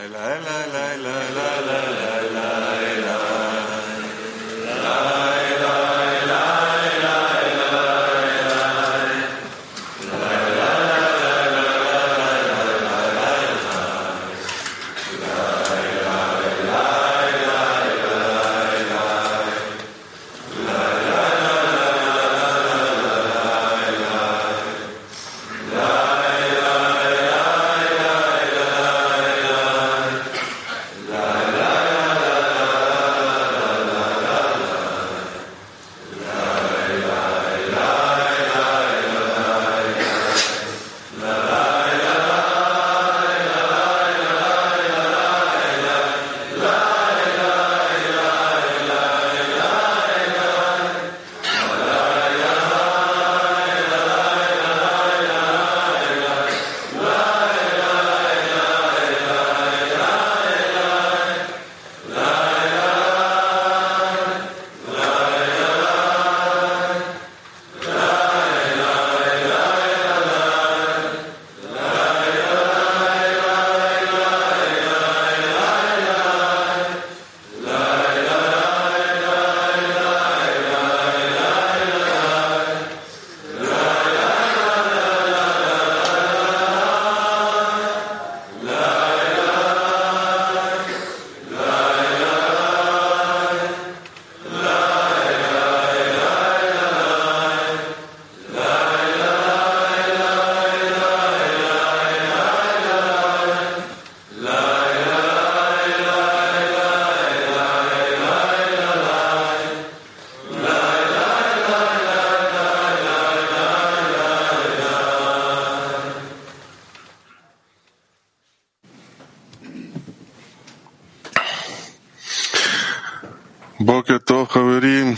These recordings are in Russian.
Бокер тов, хаверим.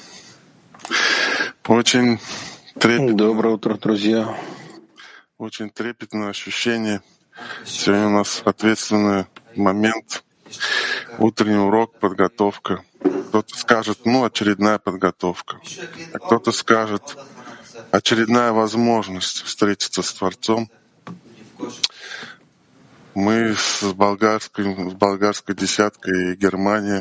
Очень Доброе утро, друзья. Очень трепетное ощущение. Сегодня у нас ответственный момент. Утренний урок, подготовка. Кто-то скажет, очередная подготовка. А кто-то скажет, очередная возможность встретиться с Творцом. Мы с болгарской десяткой и Германии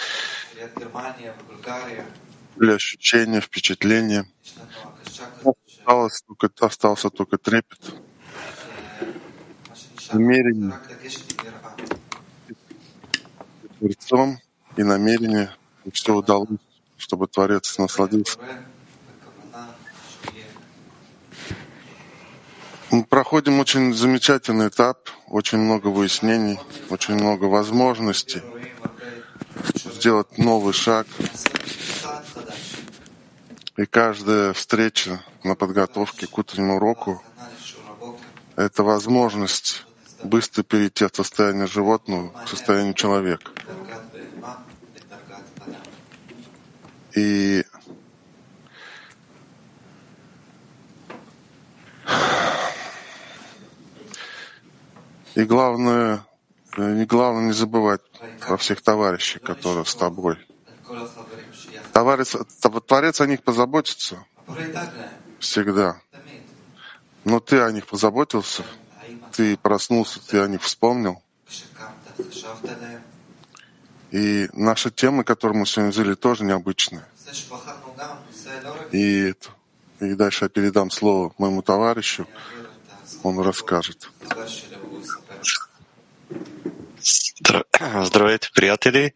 были ощущения, впечатления. Остался только трепет, намерение Творцом и намерение, и все удалось, чтобы Творец насладился. Мы проходим очень замечательный этап, очень много выяснений, очень много возможностей сделать новый шаг. И каждая встреча на подготовке к утреннему уроку — это возможность быстро перейти от состояния животного к состоянию человека. И главное не забывать про всех товарищей, которые с тобой. Творец о них позаботится всегда. Но ты о них позаботился, ты проснулся, ты о них вспомнил. И наши темы, которые мы сегодня взяли, тоже необычные. И дальше я передам слово моему товарищу, он расскажет. Здравейте, приятели.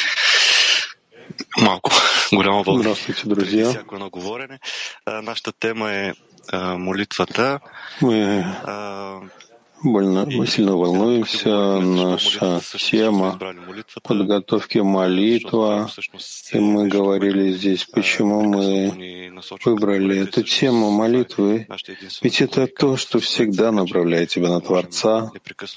Здравствуйте, друзья. Нашата тема е молитвата. Мы сильно волнуемся. Наша тема подготовки молитва. И мы говорили здесь, почему мы выбрали эту тему молитвы. Ведь это то, что всегда направляет тебя на Творца.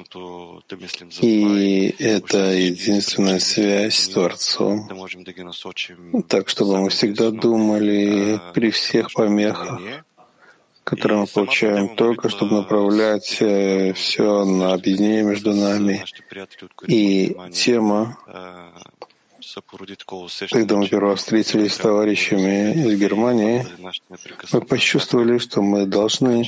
И это единственная связь с Творцом. Так, чтобы мы всегда думали при всех помехах, которые мы получаем, только чтобы направлять все на объединение между нами. И тема Когда мы первый раз встретились с товарищами из Германии, мы почувствовали, что мы должны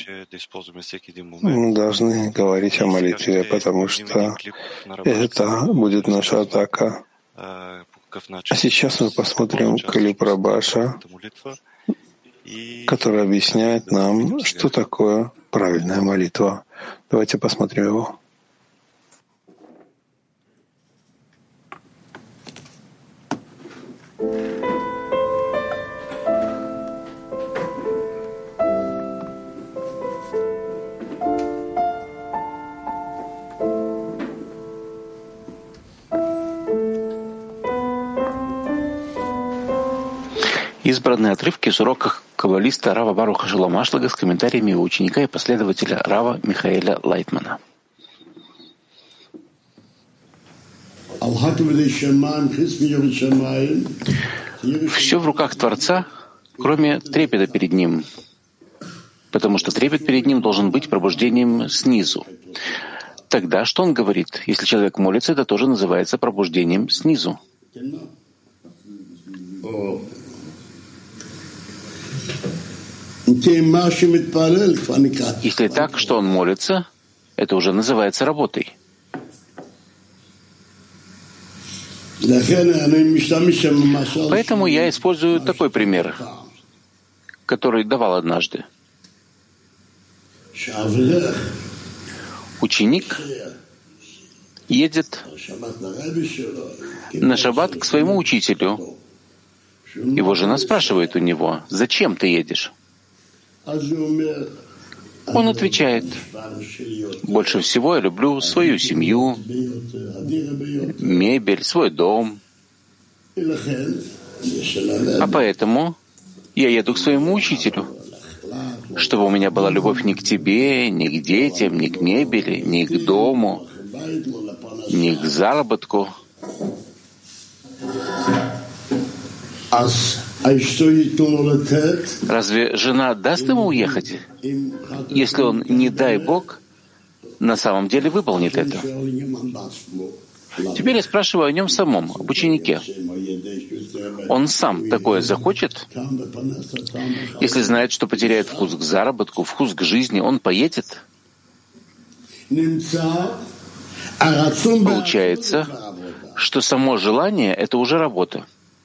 говорить о молитве, потому что это будет наша атака. А сейчас мы посмотрим клип Рабаша, который объясняет нам, что такое правильная молитва. Давайте посмотрим его. Избранные отрывки из уроков каббалиста Рава Баруха Шолома Ашлага с комментариями его ученика и последователя Рава Михаэля Лайтмана. Все в руках Творца, кроме трепета перед Ним, потому что трепет перед Ним должен быть пробуждением снизу. Тогда что он говорит? Если человек молится, это тоже называется пробуждением снизу. Если так, что он молится, это уже называется работой. Поэтому я использую такой пример, который давал однажды. Ученик едет на шаббат к своему учителю. Его жена спрашивает у него: «Зачем ты едешь?» Он отвечает: «Больше всего я люблю свою семью, мебель, свой дом. А поэтому я еду к своему учителю, чтобы у меня была любовь не к тебе, не к детям, не к мебели, не к дому, не к заработку». Разве жена даст ему уехать, если он, не дай Бог, на самом деле выполнит это? Теперь я спрашиваю о нем самом, об ученике. Он сам такое захочет? Если знает, что потеряет вкус к заработку, вкус к жизни, он поедет? Получается, что само желание — это уже работа.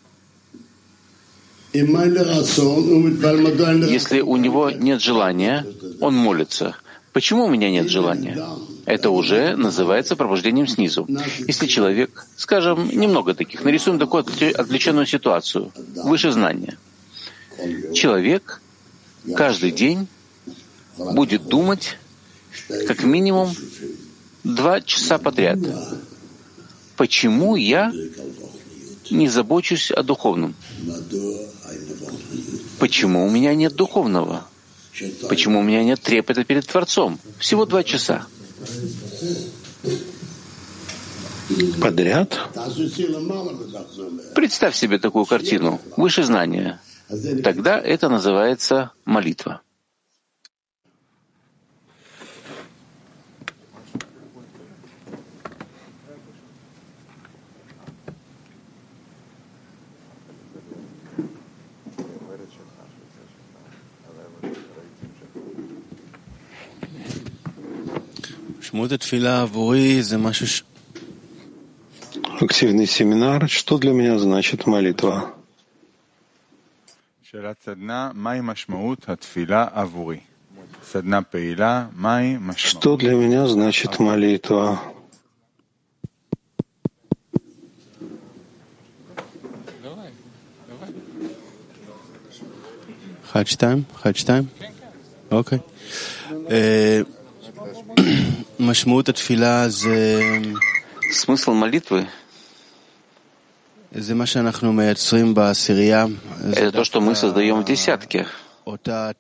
Если у него нет желания, он молится. Почему у меня нет желания? Это уже называется пробуждением снизу. Если человек, скажем, немного таких, нарисуем такую отвлеченную ситуацию, выше знания. Человек каждый день будет думать как минимум 2 часа подряд. Почему я не забочусь о духовном? Почему у меня нет духовного? Почему у меня нет трепета перед Творцом? Всего 2 часа. Подряд? Представь себе такую картину, выше знания. Тогда это называется молитва. Активный семинар. Что для меня значит молитва? Что для меня значит молитва? Хачтайм? Окей. Смысл молитвы — это то, что мы создаем в десятке. Это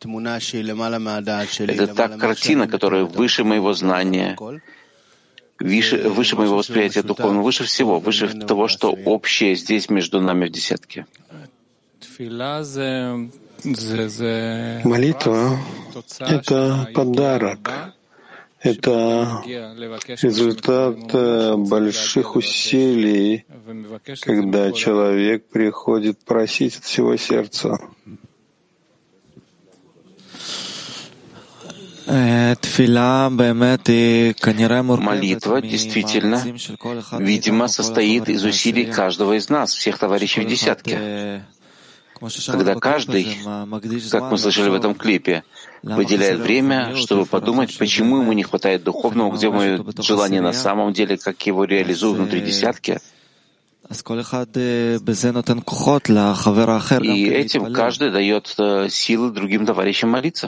та картина, которая выше моего знания, выше моего восприятия духовного, выше всего, выше того, что общее здесь между нами в десятке. Молитва — это подарок. Это результат больших усилий когда человек приходит просить от всего сердца. Молитва действительно, видимо, состоит из усилий каждого из нас, всех товарищей в десятке. Когда каждый, как мы слышали в этом клипе, выделяет время, чтобы подумать, почему ему не хватает духовного, где мое желание на самом деле, как его реализую внутри десятки. И этим каждый дает силы другим товарищам молиться.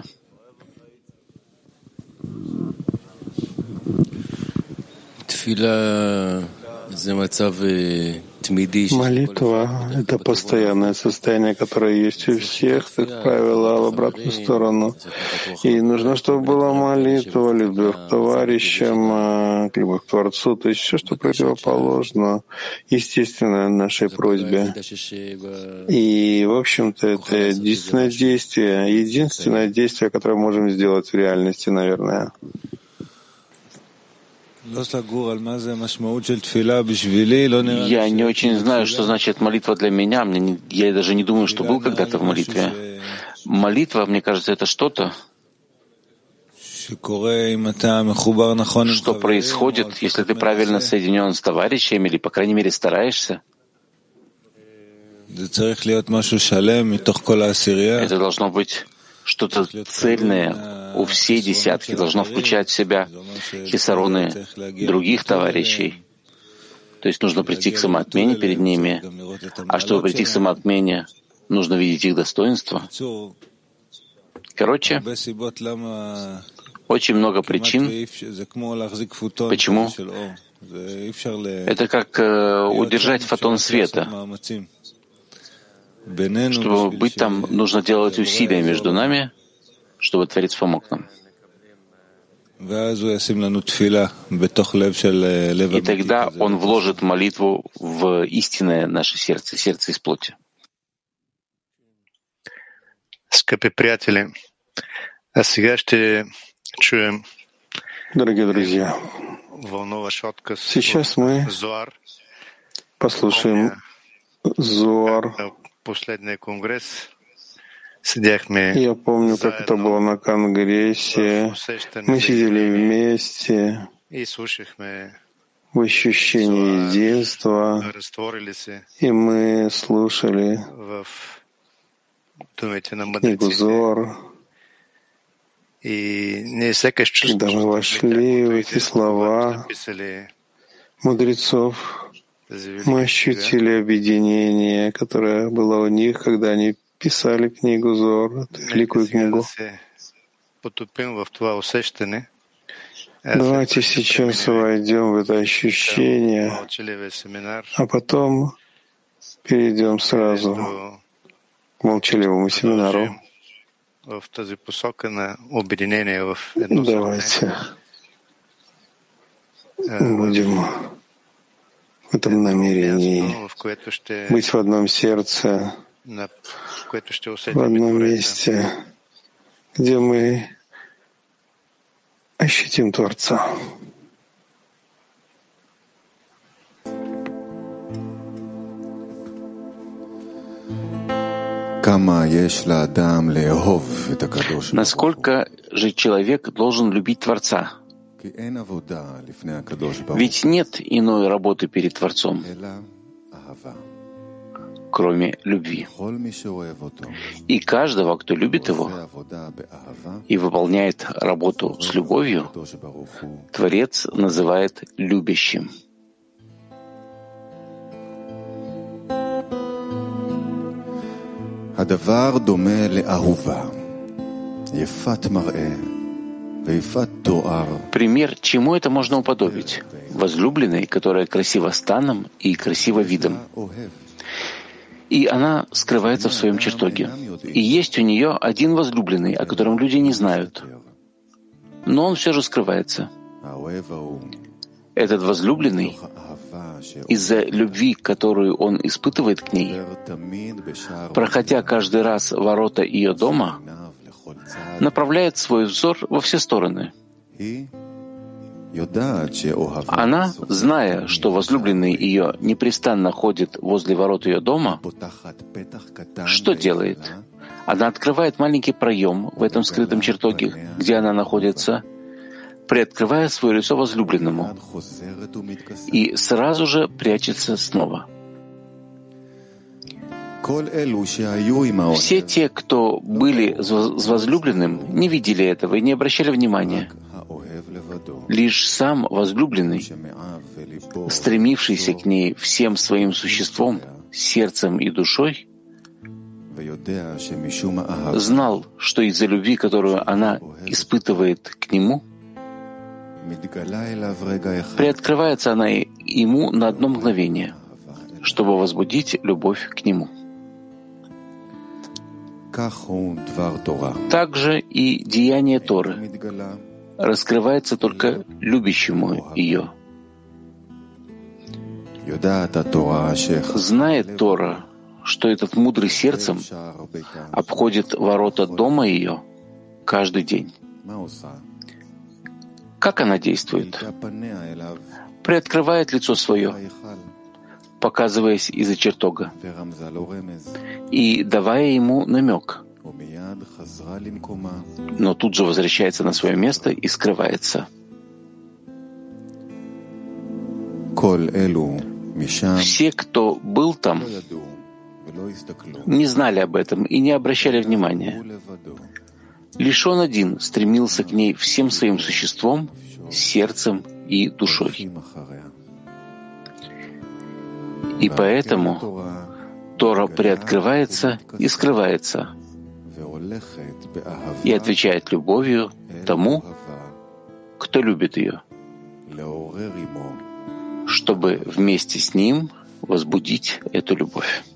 Молитва — это постоянное состояние, которое есть у всех, как правило, в обратную сторону. И нужно, чтобы была молитва, любовь к товарищам, любовь к Творцу, то есть все, что противоположно, естественно, нашей просьбе. И, в общем-то, это единственное действие, которое можем сделать в реальности, наверное. Я не очень знаю, что значит молитва для меня. Я даже не думаю, что был когда-то в молитве. Молитва, мне кажется, это что-то, что происходит, если ты правильно соединен с товарищами или, по крайней мере, стараешься. Это должно быть что-то цельное у всей десятки, должно включать в себя хисароны других товарищей. То есть нужно прийти к самоотмене перед ними, а чтобы прийти к самоотмене, нужно видеть их достоинства. Короче, очень много причин, почему. Это как удержать фотон света. Чтобы быть там, нужно делать усилия между нами, чтобы Творец помог нам. И тогда Он вложит молитву в истинное наше сердце, сердце из плоти. Дорогие друзья, сейчас мы послушаем Зоар. Я помню, как это было на Конгрессе. Мы сидели вместе в ощущении единства, и мы слушали книгу Зоар. Когда мы вошли в эти слова мудрецов, мы ощутили объединение, которое было у них, когда они писали книгу Зоар, великую книгу. Давайте сейчас войдем в это ощущение, а потом перейдем сразу к молчаливому семинару. Давайте будем в этом намерении быть в одном сердце, в одном месте, где мы ощутим Творца. Насколько же человек должен любить Творца? Ведь нет иной работы перед Творцом, кроме любви. И каждого, кто любит Его и выполняет работу с любовью, Творец называет любящим. Пример, чему это можно уподобить? Возлюбленной, которая красива станом и красива видом. И она скрывается в своем чертоге. И есть у нее один возлюбленный, о котором люди не знают. Но он все же скрывается. Этот возлюбленный, из-за любви, которую он испытывает к ней, проходя каждый раз ворота ее дома, направляет свой взор во все стороны. Она, зная, что возлюбленный ее непрестанно ходит возле ворот ее дома, что делает? Она открывает маленький проем в этом скрытом чертоге, где она находится, приоткрывая свое лицо возлюбленному, и сразу же прячется снова. Все те, кто были с возлюбленным, не видели этого и не обращали внимания. Лишь сам возлюбленный, стремившийся к ней всем своим существом, сердцем и душой, знал, что из-за любви, которую она испытывает к нему, приоткрывается она ему на одно мгновение, чтобы возбудить любовь к нему. Также и деяние Торы раскрывается только любящему ее. Знает Тора, что этот мудрый сердцем обходит ворота дома ее каждый день. Как она действует? Приоткрывает лицо свое, показываясь из-за чертога, и давая ему намек, но тут же возвращается на свое место и скрывается. Все, кто был там, не знали об этом и не обращали внимания. Лишь он один стремился к ней всем своим существом, сердцем и душой. И поэтому Тора приоткрывается и скрывается, и отвечает любовью тому, кто любит ее, чтобы вместе с ним возбудить эту любовь.